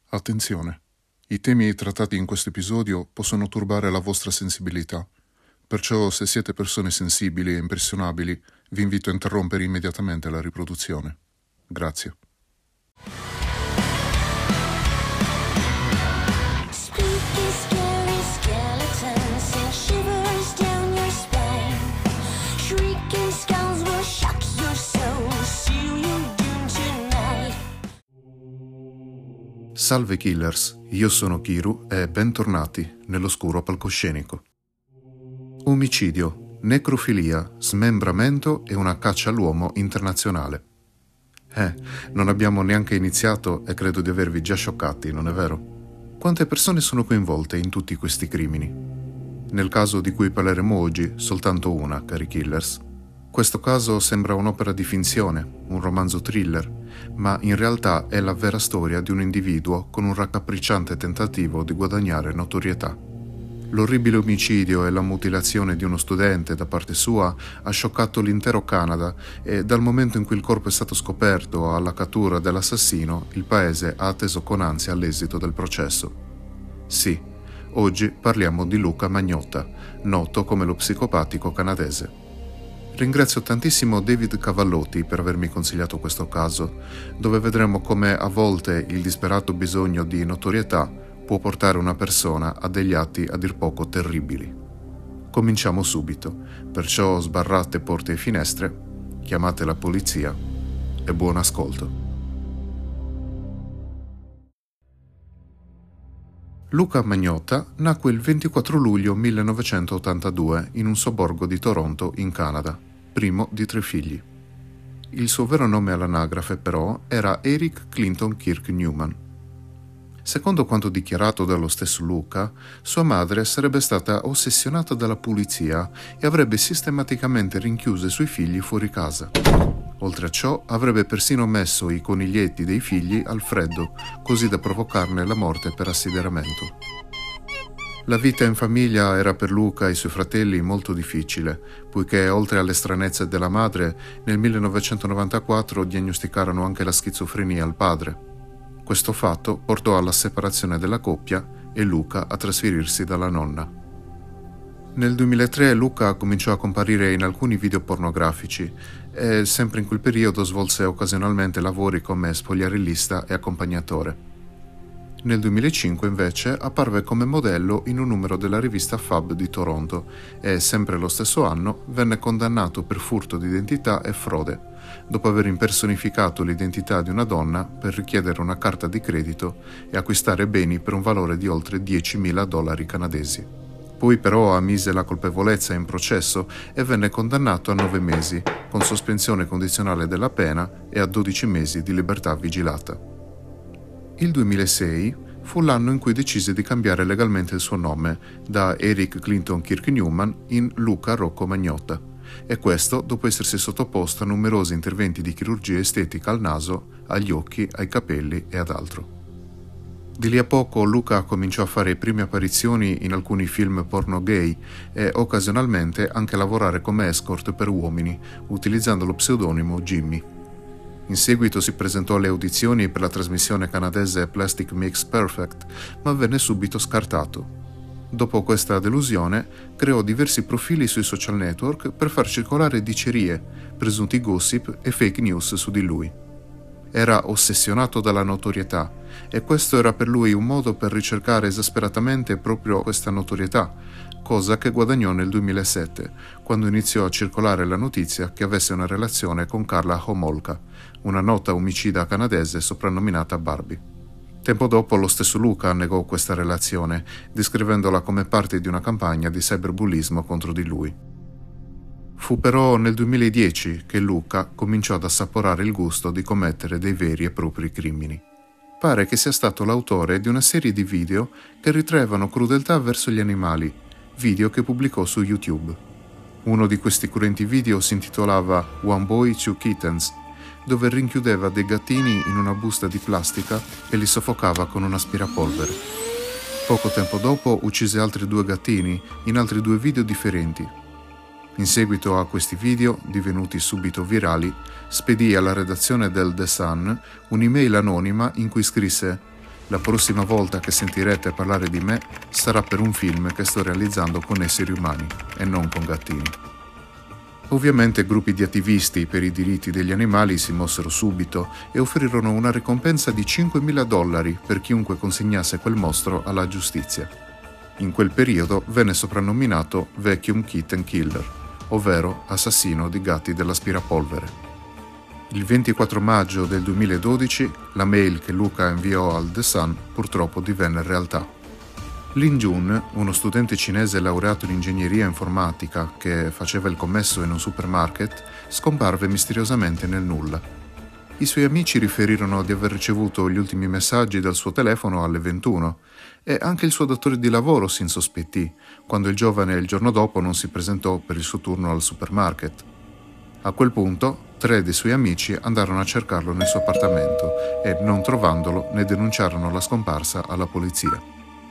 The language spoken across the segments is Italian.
Attenzione, i temi trattati in questo episodio possono turbare la vostra sensibilità, perciò se siete persone sensibili e impressionabili, vi invito a interrompere immediatamente la riproduzione. Grazie. Salve killers, io sono Kiru e bentornati nell'oscuro palcoscenico. Omicidio, necrofilia, smembramento e una caccia all'uomo internazionale. Non abbiamo neanche iniziato e credo di avervi già scioccati, non è vero? Quante persone sono coinvolte in tutti questi crimini? Nel caso di cui parleremo oggi, soltanto una, cari killers. Questo caso sembra un'opera di finzione, un romanzo thriller, ma in realtà è la vera storia di un individuo con un raccapricciante tentativo di guadagnare notorietà. L'orribile omicidio e la mutilazione di uno studente da parte sua ha scioccato l'intero Canada e dal momento in cui il corpo è stato scoperto alla cattura dell'assassino, il paese ha atteso con ansia l'esito del processo. Sì, oggi parliamo di Luca Magnotta, noto come lo psicopatico canadese. Ringrazio tantissimo David Cavallotti per avermi consigliato questo caso, dove vedremo come a volte il disperato bisogno di notorietà può portare una persona a degli atti a dir poco terribili. Cominciamo subito, perciò sbarrate porte e finestre, chiamate la polizia e buon ascolto. Luca Magnotta nacque il 24 luglio 1982 in un sobborgo di Toronto, in Canada, primo di 3 figli. Il suo vero nome all'anagrafe, però, era Eric Clinton Kirk Newman. Secondo quanto dichiarato dallo stesso Luca, sua madre sarebbe stata ossessionata dalla pulizia e avrebbe sistematicamente rinchiuso i suoi figli fuori casa. Oltre a ciò, avrebbe persino messo i coniglietti dei figli al freddo, così da provocarne la morte per assideramento. La vita in famiglia era per Luca e i suoi fratelli molto difficile, poiché oltre alle stranezze della madre, nel 1994 diagnosticarono anche la schizofrenia al padre. Questo fatto portò alla separazione della coppia e Luca a trasferirsi dalla nonna. Nel 2003 Luca cominciò a comparire in alcuni video pornografici e sempre in quel periodo svolse occasionalmente lavori come spogliarellista e accompagnatore. Nel 2005 invece apparve come modello in un numero della rivista Fab di Toronto e sempre lo stesso anno venne condannato per furto di identità e frode, dopo aver impersonificato l'identità di una donna per richiedere una carta di credito e acquistare beni per un valore di oltre $10.000 canadesi. Poi però ammise la colpevolezza in processo e venne condannato a 9 mesi, con sospensione condizionale della pena e a 12 mesi di libertà vigilata. Il 2006 fu l'anno in cui decise di cambiare legalmente il suo nome da Eric Clinton Kirk Newman in Luca Rocco Magnotta, e questo dopo essersi sottoposto a numerosi interventi di chirurgia estetica al naso, agli occhi, ai capelli e ad altro. Di lì a poco Luca cominciò a fare le prime apparizioni in alcuni film porno gay e occasionalmente anche a lavorare come escort per uomini, utilizzando lo pseudonimo Jimmy. In seguito si presentò alle audizioni per la trasmissione canadese Plastic Mix Perfect, ma venne subito scartato. Dopo questa delusione, creò diversi profili sui social network per far circolare dicerie, presunti gossip e fake news su di lui. Era ossessionato dalla notorietà e questo era per lui un modo per ricercare esasperatamente proprio questa notorietà, cosa che guadagnò nel 2007, quando iniziò a circolare la notizia che avesse una relazione con Karla Homolka, una nota omicida canadese soprannominata Barbie. Tempo dopo lo stesso Luca negò questa relazione, descrivendola come parte di una campagna di cyberbullismo contro di lui. Fu però nel 2010 che Luca cominciò ad assaporare il gusto di commettere dei veri e propri crimini. Pare che sia stato l'autore di una serie di video che ritraevano crudeltà verso gli animali, video che pubblicò su YouTube. Uno di questi cruenti video si intitolava One Boy, Two Kittens, dove rinchiudeva dei gattini in una busta di plastica e li soffocava con un aspirapolvere. Poco tempo dopo uccise altri 2 gattini in altri 2 video differenti. In seguito a questi video, divenuti subito virali, spedì alla redazione del The Sun un'email anonima in cui scrisse: La prossima volta che sentirete parlare di me sarà per un film che sto realizzando con esseri umani e non con gattini. Ovviamente gruppi di attivisti per i diritti degli animali si mossero subito e offrirono una ricompensa di $5.000 per chiunque consegnasse quel mostro alla giustizia. In quel periodo venne soprannominato Vacuum Kitten Killer, ovvero assassino di gatti dell'aspirapolvere. Il 24 maggio del 2012 la mail che Luca inviò al The Sun purtroppo divenne realtà. Lin Jun, uno studente cinese laureato in ingegneria informatica che faceva il commesso in un supermarket, scomparve misteriosamente nel nulla. I suoi amici riferirono di aver ricevuto gli ultimi messaggi dal suo telefono alle 21 e anche il suo datore di lavoro si insospettì quando il giovane il giorno dopo non si presentò per il suo turno al supermarket. A quel punto 3 dei suoi amici andarono a cercarlo nel suo appartamento e, non trovandolo, ne denunciarono la scomparsa alla polizia.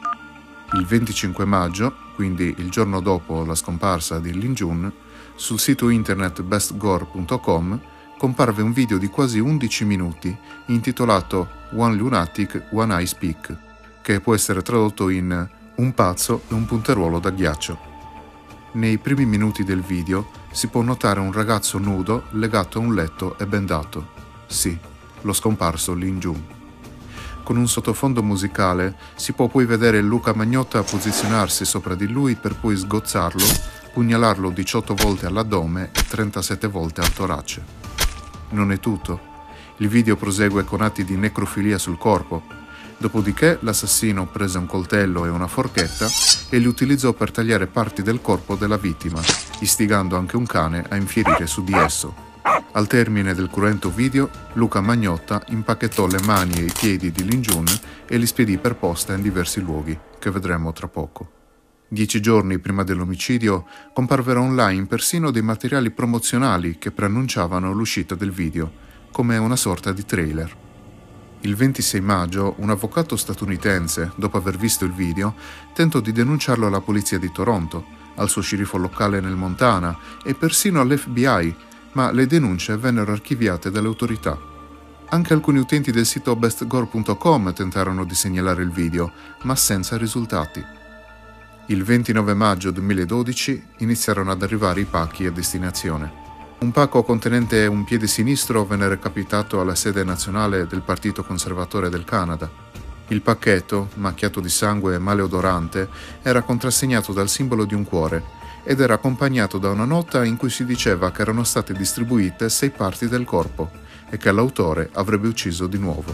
Il 25 maggio, quindi il giorno dopo la scomparsa di Lin Jun, sul sito internet bestgore.com comparve un video di quasi 11 minuti intitolato One Lunatic, One Eye Speak, che può essere tradotto in un pazzo e un punteruolo da ghiaccio. Nei primi minuti del video si può notare un ragazzo nudo legato a un letto e bendato. Sì, lo scomparso Lin Jun. Con un sottofondo musicale si può poi vedere Luca Magnotta posizionarsi sopra di lui per poi sgozzarlo, pugnalarlo 18 volte all'addome e 37 volte al torace. Non è tutto. Il video prosegue con atti di necrofilia sul corpo. Dopodiché l'assassino prese un coltello e una forchetta e li utilizzò per tagliare parti del corpo della vittima, istigando anche un cane a infierire su di esso. Al termine del cruento video, Luca Magnotta impacchettò le mani e i piedi di Lin Jun e li spedì per posta in diversi luoghi, che vedremo tra poco. 10 giorni prima dell'omicidio comparvero online persino dei materiali promozionali che preannunciavano l'uscita del video, come una sorta di trailer. Il 26 maggio un avvocato statunitense, dopo aver visto il video, tentò di denunciarlo alla polizia di Toronto, al suo sceriffo locale nel Montana e persino all'FBI, ma le denunce vennero archiviate dalle autorità. Anche alcuni utenti del sito bestgore.com tentarono di segnalare il video, ma senza risultati. Il 29 maggio 2012 iniziarono ad arrivare i pacchi a destinazione. Un pacco contenente un piede sinistro venne recapitato alla sede nazionale del Partito Conservatore del Canada. Il pacchetto, macchiato di sangue e maleodorante, era contrassegnato dal simbolo di un cuore ed era accompagnato da una nota in cui si diceva che erano state distribuite 6 parti del corpo e che l'autore avrebbe ucciso di nuovo.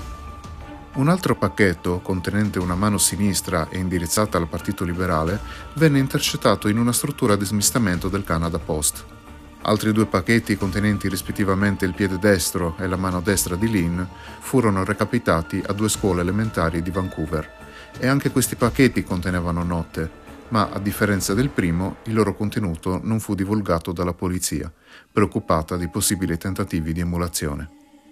Un altro pacchetto, contenente una mano sinistra e indirizzata al Partito Liberale, venne intercettato in una struttura di smistamento del Canada Post. Altri 2 pacchetti contenenti rispettivamente il piede destro e la mano destra di Lin furono recapitati a 2 scuole elementari di Vancouver e anche questi pacchetti contenevano note, ma a differenza del primo il loro contenuto non fu divulgato dalla polizia, preoccupata di possibili tentativi di emulazione.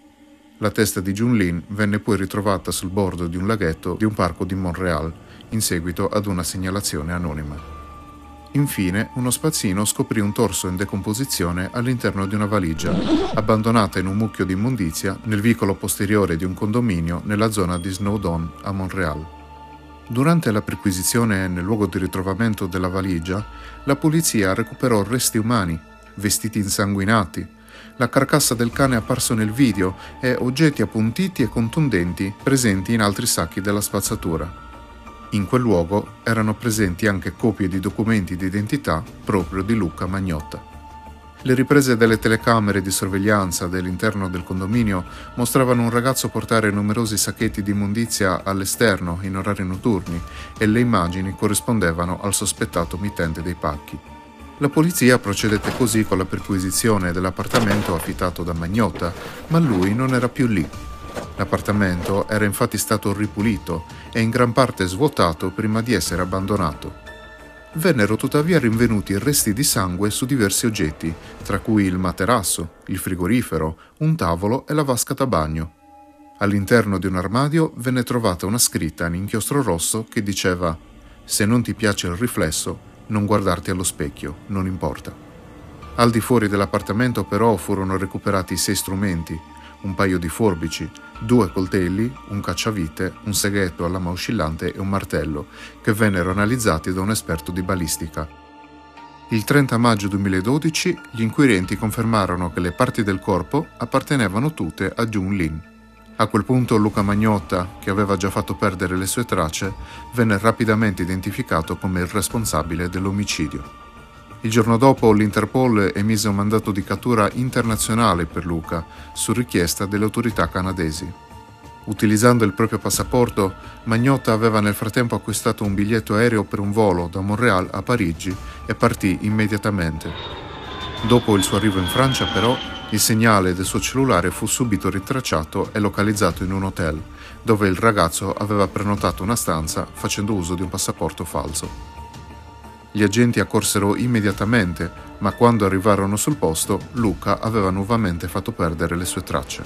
La testa di Jun Lin venne poi ritrovata sul bordo di un laghetto di un parco di Montreal in seguito ad una segnalazione anonima. Infine, uno spazzino scoprì un torso in decomposizione all'interno di una valigia, abbandonata in un mucchio di immondizia nel vicolo posteriore di un condominio nella zona di Snowdon a Montreal. Durante la perquisizione nel luogo di ritrovamento della valigia, la polizia recuperò resti umani, vestiti insanguinati, la carcassa del cane apparso nel video e oggetti appuntiti e contundenti presenti in altri sacchi della spazzatura. In quel luogo erano presenti anche copie di documenti di identità proprio di Luca Magnotta. Le riprese delle telecamere di sorveglianza dell'interno del condominio mostravano un ragazzo portare numerosi sacchetti di immondizia all'esterno in orari notturni e le immagini corrispondevano al sospettato mittente dei pacchi. La polizia procedette così con la perquisizione dell'appartamento affittato da Magnotta, ma lui non era più lì. L'appartamento era infatti stato ripulito e in gran parte svuotato prima di essere abbandonato. Vennero tuttavia rinvenuti resti di sangue su diversi oggetti, tra cui il materasso, il frigorifero, un tavolo e la vasca da bagno. All'interno di un armadio venne trovata una scritta in inchiostro rosso che diceva: «Se non ti piace il riflesso, non guardarti allo specchio, non importa». Al di fuori dell'appartamento però furono recuperati 6 strumenti, un paio di forbici, 2 coltelli, un cacciavite, un seghetto a lama oscillante e un martello, che vennero analizzati da un esperto di balistica. Il 30 maggio 2012 gli inquirenti confermarono che le parti del corpo appartenevano tutte a Jun Lin. A quel punto Luca Magnotta, che aveva già fatto perdere le sue tracce, venne rapidamente identificato come il responsabile dell'omicidio. Il giorno dopo l'Interpol emise un mandato di cattura internazionale per Luca, su richiesta delle autorità canadesi. Utilizzando il proprio passaporto, Magnotta aveva nel frattempo acquistato un biglietto aereo per un volo da Montréal a Parigi e partì immediatamente. Dopo il suo arrivo in Francia, però, il segnale del suo cellulare fu subito ritracciato e localizzato in un hotel, dove il ragazzo aveva prenotato una stanza facendo uso di un passaporto falso. Gli agenti accorsero immediatamente, ma quando arrivarono sul posto, Luca aveva nuovamente fatto perdere le sue tracce.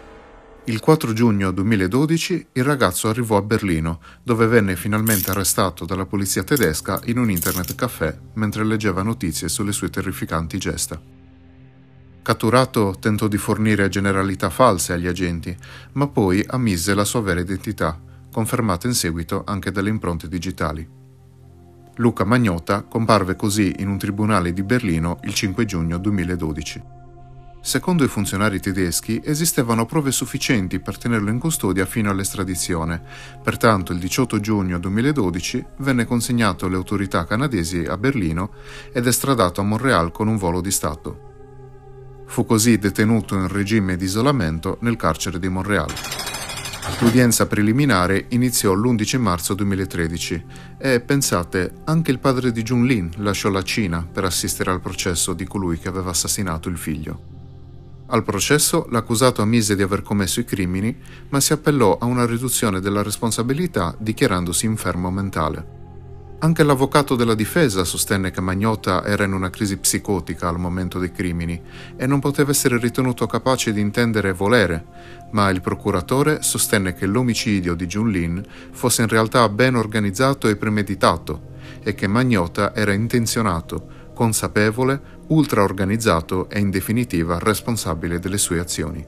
Il 4 giugno 2012 il ragazzo arrivò a Berlino, dove venne finalmente arrestato dalla polizia tedesca in un internet caffè mentre leggeva notizie sulle sue terrificanti gesta. Catturato, tentò di fornire generalità false agli agenti, ma poi ammise la sua vera identità, confermata in seguito anche dalle impronte digitali. Luca Magnotta comparve così in un tribunale di Berlino il 5 giugno 2012. Secondo i funzionari tedeschi esistevano prove sufficienti per tenerlo in custodia fino all'estradizione, pertanto il 18 giugno 2012 venne consegnato alle autorità canadesi a Berlino ed estradato a Montréal con un volo di Stato. Fu così detenuto in regime di isolamento nel carcere di Montréal. L'udienza preliminare iniziò l'11 marzo 2013 e, pensate, anche il padre di Jun Lin lasciò la Cina per assistere al processo di colui che aveva assassinato il figlio. Al processo l'accusato ammise di aver commesso i crimini, ma si appellò a una riduzione della responsabilità dichiarandosi infermo mentale. Anche l'avvocato della difesa sostenne che Magnotta era in una crisi psicotica al momento dei crimini e non poteva essere ritenuto capace di intendere e volere, ma il procuratore sostenne che l'omicidio di Jun Lin fosse in realtà ben organizzato e premeditato e che Magnotta era intenzionato, consapevole, ultraorganizzato e in definitiva responsabile delle sue azioni.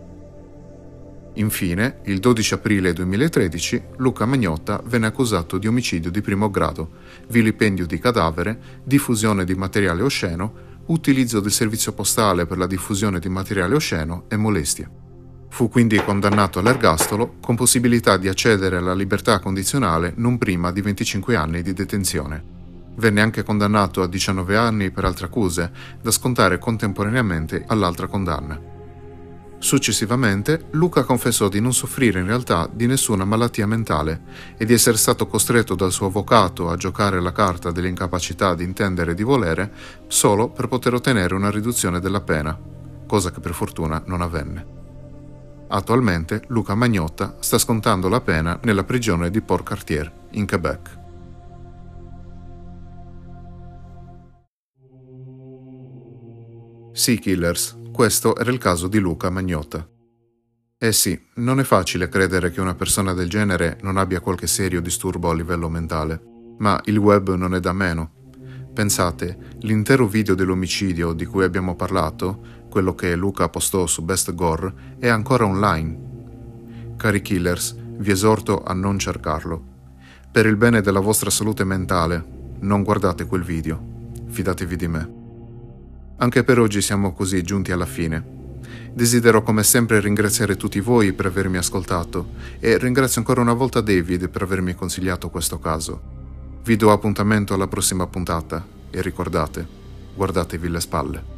Infine, il 12 aprile 2013, Luca Magnotta venne accusato di omicidio di primo grado, vilipendio di cadavere, diffusione di materiale osceno, utilizzo del servizio postale per la diffusione di materiale osceno e molestie. Fu quindi condannato all'ergastolo con possibilità di accedere alla libertà condizionale non prima di 25 anni di detenzione. Venne anche condannato a 19 anni per altre accuse, da scontare contemporaneamente all'altra condanna. Successivamente, Luca confessò di non soffrire in realtà di nessuna malattia mentale e di essere stato costretto dal suo avvocato a giocare la carta dell'incapacità di intendere e di volere solo per poter ottenere una riduzione della pena, cosa che per fortuna non avvenne. Attualmente Luca Magnotta sta scontando la pena nella prigione di Port-Cartier, in Quebec. Sea Killers. Questo era il caso di Luca Magnotta. Eh sì, non è facile credere che una persona del genere non abbia qualche serio disturbo a livello mentale, ma il web non è da meno. Pensate, l'intero video dell'omicidio di cui abbiamo parlato, quello che Luca postò su Best Gore, è ancora online. Cari killers, vi esorto a non cercarlo. Per il bene della vostra salute mentale, non guardate quel video. Fidatevi di me. Anche per oggi siamo così giunti alla fine. Desidero come sempre ringraziare tutti voi per avermi ascoltato e ringrazio ancora una volta David per avermi consigliato questo caso. Vi do appuntamento alla prossima puntata e ricordate, guardatevi le spalle.